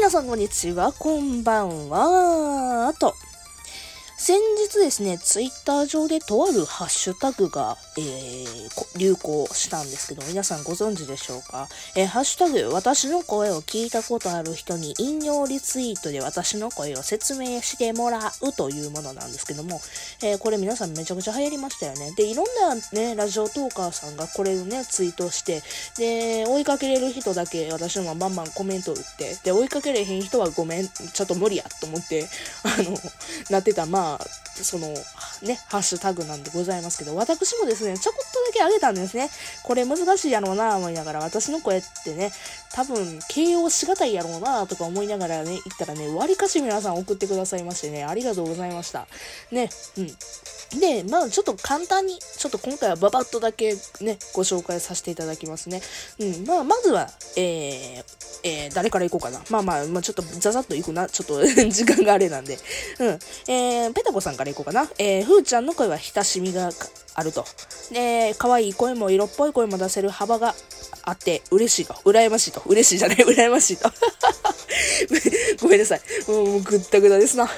皆さんこんにちは、こんばんは。先日ですね、ツイッター上でとあるハッシュタグが、流行したんですけど、皆さんご存知でしょうか？ハッシュタグ、私の声を聞いたことある人に引用リツイートで私の声を説明してもらうというものなんですけども、これ皆さんめちゃくちゃ流行りましたよね。で、いろんなね、ラジオトーカーさんがこれをね、ツイートして、で、追いかけれる人だけ私のバンバンコメント打って、で、追いかけれへん人はごめん、ちょっと無理やと思って、なってた、そのね、ハッシュタグなんでございますけど、私もですね、ちょこっとだけ上げたんですね。これ難しいやろうな思いながら、私の声ってね、多分形容しがたいやろうなとか思いながらね、言ったらね、割かし皆さん送ってくださいましてね、ありがとうございました。ね、で、ちょっと簡単に、ちょっと今回はババッとだけね、ご紹介させていただきますね。まずは、誰から行こうかな。ちょっとザザッと行くな。ちょっと時間があれなんで。ペタコさんから行こうかな。ふーちゃんの声は親しみがあると。で、可愛い声も色っぽい声も出せる幅があって嬉しいと。羨ましいと。嬉しいじゃない。羨ましいと。ごめんなさい。もうぐったぐだですな。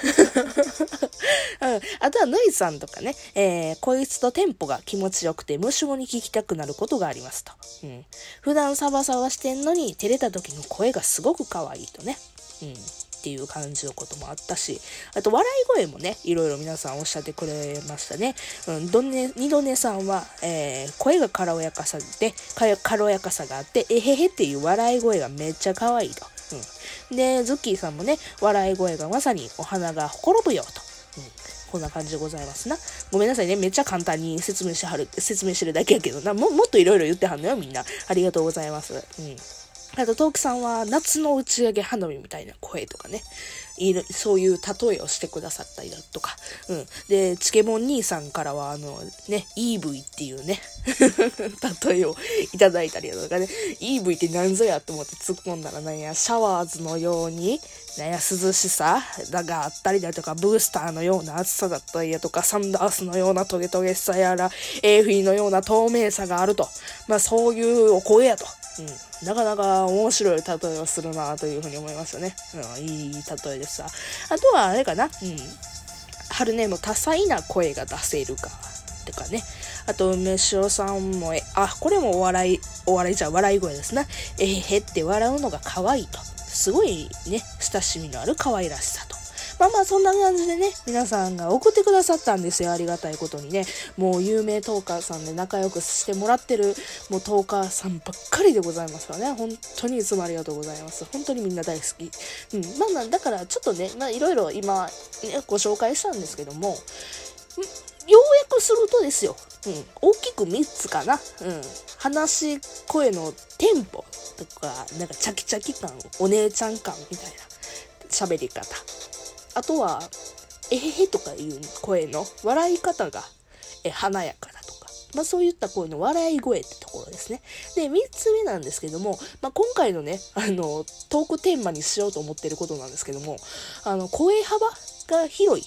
あとはぬいさんとかね、こいつとテンポが気持ちよくて無性に聞きたくなることがありますと。普段サバサバしてんのに照れた時の声がすごく可愛いとね。っていう感じのこともあったし、あと笑い声もね、いろいろ皆さんおっしゃってくれましたね。二度寝さんは、声が軽やかさがあって、えへへっていう笑い声がめっちゃ可愛いと。で、ズッキーさんもね、笑い声がまさにお花がほころぶよと。こんな感じでございますな。ごめんなさいね。めっちゃ簡単に説明してるだけやけどな。もっといろいろ言ってはんのよ、みんな。ありがとうございます。あと、トークさんは夏の打ち上げ花火みたいな声とかね。そういう例えをしてくださったりだとか。で、チケモン兄さんからは、EV っていうね、例えをいただいたりだとかね、EV って何ぞやと思って突っ込んだらなんや、シャワーズのように、涼しさがあったりだとか、ブースターのような暑さだったりだとか、サンダースのようなトゲトゲしさやら、エーフィーのような透明さがあると。そういうお声やと。なかなか面白い例えをするなというふうに思いますよね。いい例えでした。あとはあれかな。春ねも多彩な声が出せるか。とかね。あと、梅塩さんも、これも笑い声ですね。へって笑うのが可愛いと。すごいね、親しみのある可愛らしさと。そんな感じでね、皆さんが送ってくださったんですよ。ありがたいことにね。もう有名トーカーさんで仲良くしてもらってる、もうトーカーさんばっかりでございますよね。本当にいつもありがとうございます。本当にみんな大好き。だからちょっとね、いろいろ今、ね、ご紹介したんですけども、要約するとですよ。大きく3つかな。話し声のテンポとか、なんかチャキチャキ感、お姉ちゃん感みたいな喋り方。あとは、えへへとかいう声の笑い方が華やかだとか。そういった声の笑い声ってところですね。で、3つ目なんですけども、今回のね、トークテーマにしようと思ってることなんですけども、声幅が広い。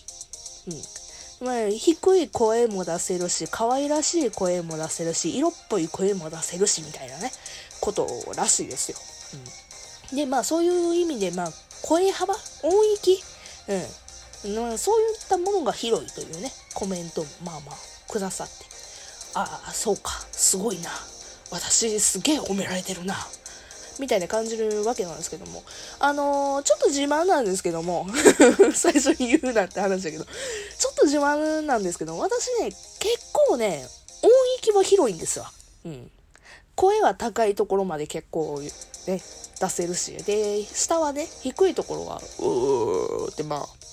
低い声も出せるし、可愛らしい声も出せるし、色っぽい声も出せるし、みたいなね、ことらしいですよ。で、そういう意味で、声幅、音域、そういったものが広いというね、コメントもくださって。そうか、すごいな。私すげえ褒められてるな。みたいな感じるわけなんですけども。ちょっと自慢なんですけども、最初に言うなって話だけど、ちょっと自慢なんですけど、私ね、結構ね、音域は広いんですわ。声は高いところまで結構ね、出せるし、で、下はね、低いところは、って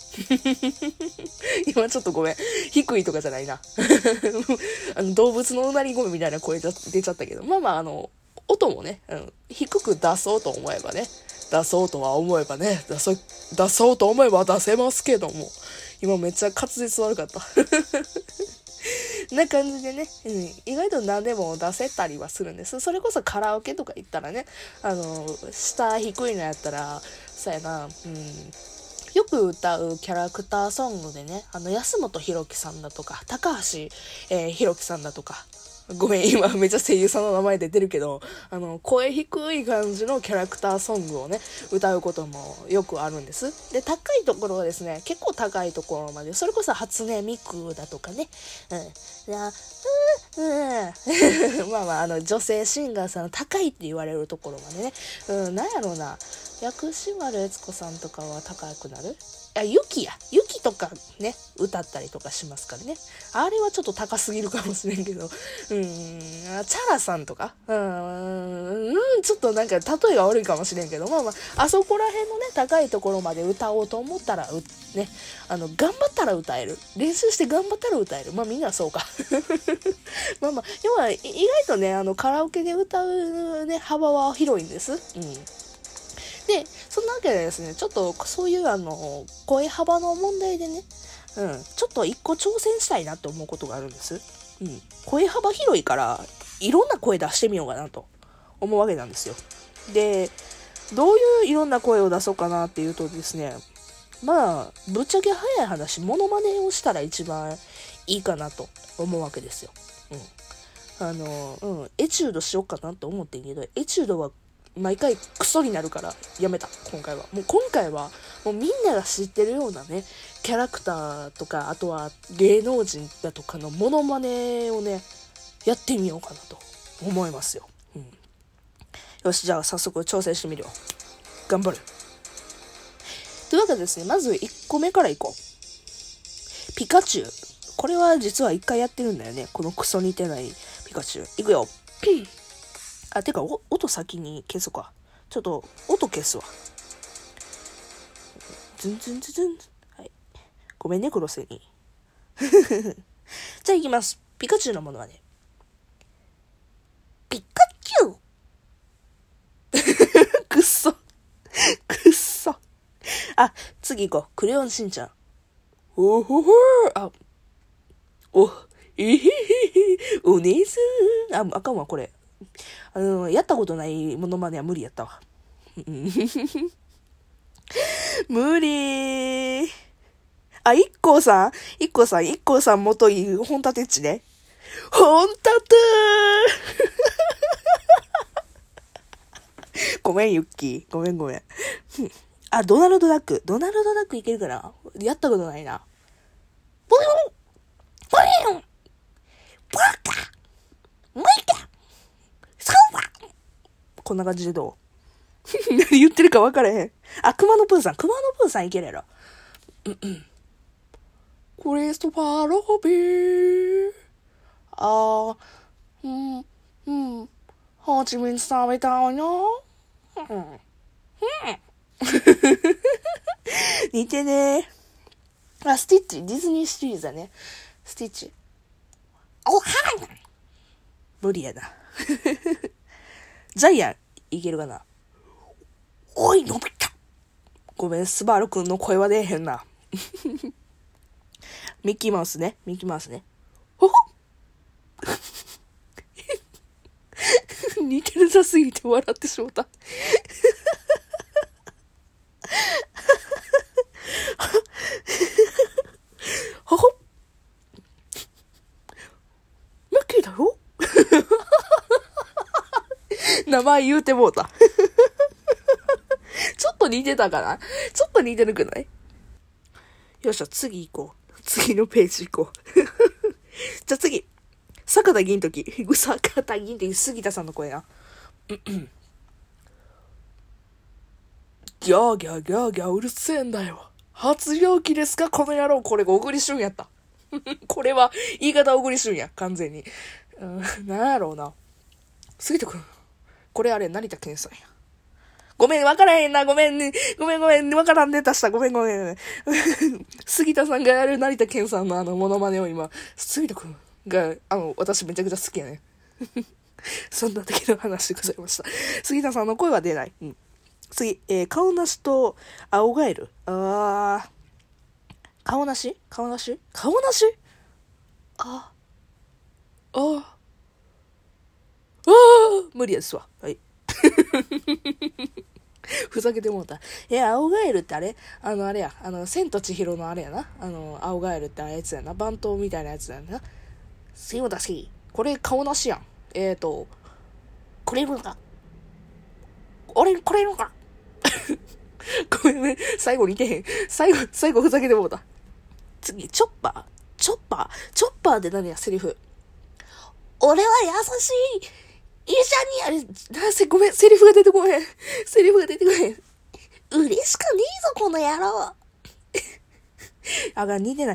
今ちょっとごめん。低いとかじゃないな。動物のうなり声みたいな声出ちゃったけど、音もね、低く出そうと思えばね、出そうと思えば出せますけども、今めっちゃ滑舌悪かった。な感じでね、意外と何でも出せたりはするんです。それこそカラオケとか行ったらね、下低いのやったら、そうやな、よく歌うキャラクターソングでね、安本博樹さんだとか、高橋、宏樹さんだとか、 ごめん、今めっちゃ声優さんの名前出てるけど、声低い感じのキャラクターソングをね、歌うこともよくあるんです。で、高いところはですね、結構高いところまで、それこそ初音ミクだとかね、まあまあ、女性シンガーさんの高いって言われるところまでね、なんやろうな、薬師丸悦子さんとかは高くなる？雪とかね、歌ったりとかしますからね。あれはちょっと高すぎるかもしれんけど、チャラさんとか、ちょっとなんか例えが悪いかもしれんけど、まあまあ、あそこら辺のね、高いところまで歌おうと思ったら、ね、頑張ったら歌える。練習して頑張ったら歌える。まあみんなそうか。まあまあ、要は意外とね、カラオケで歌うね、幅は広いんです。で、そんなわけでですね、ちょっとそういう声幅の問題でね、ちょっと一個挑戦したいなって思うことがあるんです。声幅広いから、いろんな声出してみようかなと思うわけなんですよ。で、どういういろんな声を出そうかなっていうとですね、まあ、ぶっちゃけ早い話、モノマネをしたら一番いいかなと思うわけですよ。エチュードしようかなと思ってんけど、エチュードは毎回クソになるからやめた。今回はもうみんなが知ってるようなね、キャラクターとか、あとは芸能人だとかのモノマネをね、やってみようかなと思いますよ。よし、じゃあ早速挑戦してみるよ。頑張る。というわけでですね、まず1個目からいこう。ピカチュウ。これは実は1回やってるんだよね。このクソ似てないピカチュウ。いくよ。てか、音先に消すか。ちょっと、音消すわ。ズンズンズズン。はい。ごめんね、黒瀬に。じゃあ行きます。ピカチュウのものはね。ピカチュウくっそ。くっそ。次行こう。クレヨンしんちゃん。おほほー。お姉さん。あかんわ、これ。やったことないものまでは無理やったわ。無理。IKKOさん元いる本立てっちね。本立てごめん、ユッキー。ごめん。ドナルドダックいけるかな？やったことないな。ブリンバカムイカサンバこんな感じでどう？何言ってるか分からへん。熊野プーさんいけるやろ。クリストファー・ロビー。ホーチミン食べたいな。似てね。スティッチ。ディズニーシリーズだね。スティッチ。おはん無理やな。ジャイアン、いけるかな。おい、のび太。ごめん、スバルくんの声は出えへんな。ミッキーマウスね。ほほ似てるさすぎて笑ってしまった。ほほミッキーだよ。名前言うてもうた。ちょっと似てたかな？ちょっと似てるくない？よっしゃ、次行こう。次のページ行こう。じゃあ次。坂田銀時。杉田さんの声な。ギャーギャーギャーギャーうるせえんだよ。発情期ですかこの野郎。これが小栗旬やった。これは言い方小栗旬や。完全に。なんやろうな。杉田くん。これあれ、成田健さんや。ごめん、わからへんな。ごめんね。わからんでたした。ごめん。杉田さんがやる成田健さんのモノマネを今、杉田くんが、私めちゃくちゃ好きやね。そんな時の話でございました。杉田さんの声は出ない。次、顔なしと青ガエル。顔なし無理ですわ。はい。ふざけてもうた。青ガエルってあれあれや。千と千尋のあれやな。青ガエルってあれやつやな。番頭みたいなやつやな。すいません。 これ顔なしやん。これいるのか俺、これいるのかごめんね。最後似てへん。最後ふざけてもうた。次、チョッパーって何や、セリフ。俺は優しい医者にごめん、セリフが出てこへん。嬉しくねえぞ、この野郎。似てない。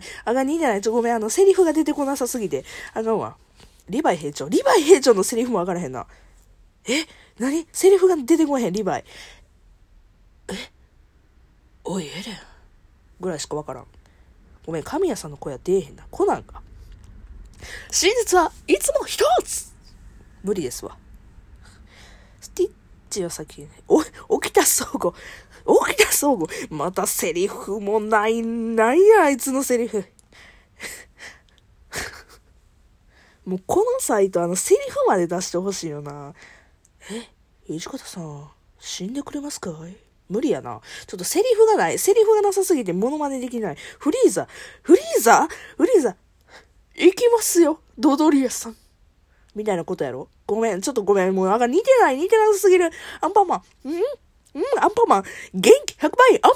ごめん、セリフが出てこなさすぎて。あかんわ。リヴァイ兵長のセリフもわからへんな。何セリフが出てこへん、リヴァイ。おい、エレン。ぐらいしかわからん。ごめん、神谷さんの声は出えへんな。コナンか。真実はいつも一つ無理ですわ。スティッチは先に、起きた相互。またセリフもないや、あいつのセリフ。もうこのサイトセリフまで出してほしいよな。土方さん、死んでくれますかい？無理やな。ちょっとセリフがなさすぎてモノマネできない。フリーザ、行きますよ、ドドリアさん。みたいなことやろ？ごめん、もう似てなさすぎる。アンパンマン。アンパンマン。元気100倍。アンパン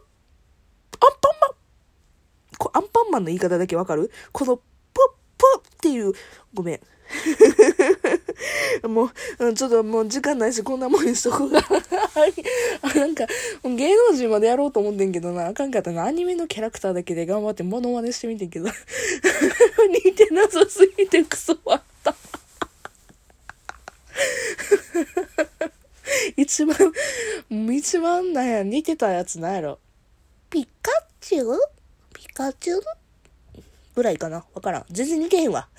マンの言い方だけわかる？この、っていう、ごめん。もう、ちょっともう時間ないし、こんなもんにしとこうが。なんか、芸能人までやろうと思ってんけどな、あかんかったな。アニメのキャラクターだけで頑張ってモノマネしてみてんけど。似てなさすぎてクソ笑った。一番なんや、似てたやつなんやろ。ピカチュウぐらいかな、わからん。全然似てへんわ。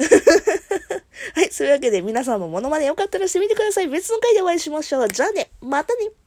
はい、そういうわけで皆さんもモノマネよかったらしてみてください。別の回でお会いしましょう。じゃあね、またね。